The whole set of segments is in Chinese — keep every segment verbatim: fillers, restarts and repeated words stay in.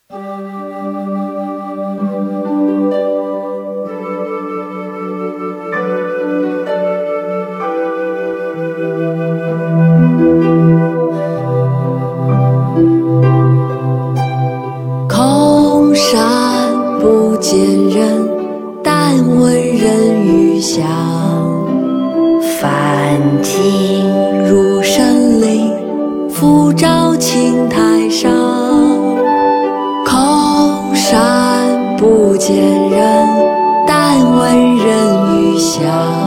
空山不见人，但闻人语响。梵经入深林，复照青苔上。空山不见人，但闻人语响。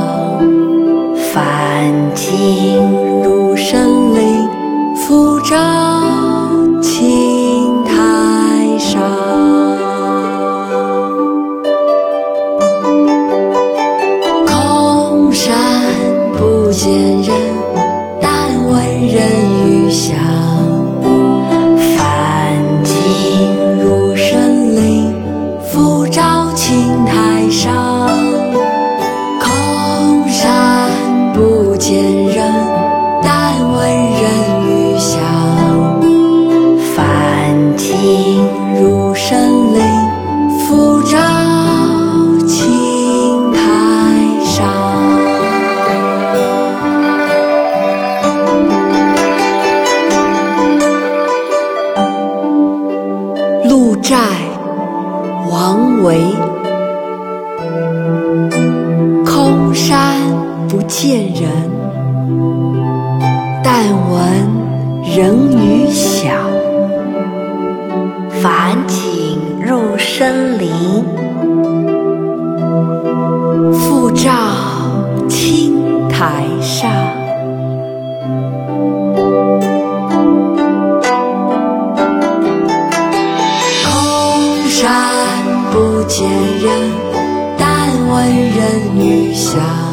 梵经入深林，复照青苔上。空山不见人，但闻人语响。梵经入深林，复照青苔上。空山不见人，但闻人语响。梵经入深林，复照青苔上。鹿柴，王维。空山不见人，但闻人语响。 梵经入深林， 复照青苔上。空山不见人，但闻人语响。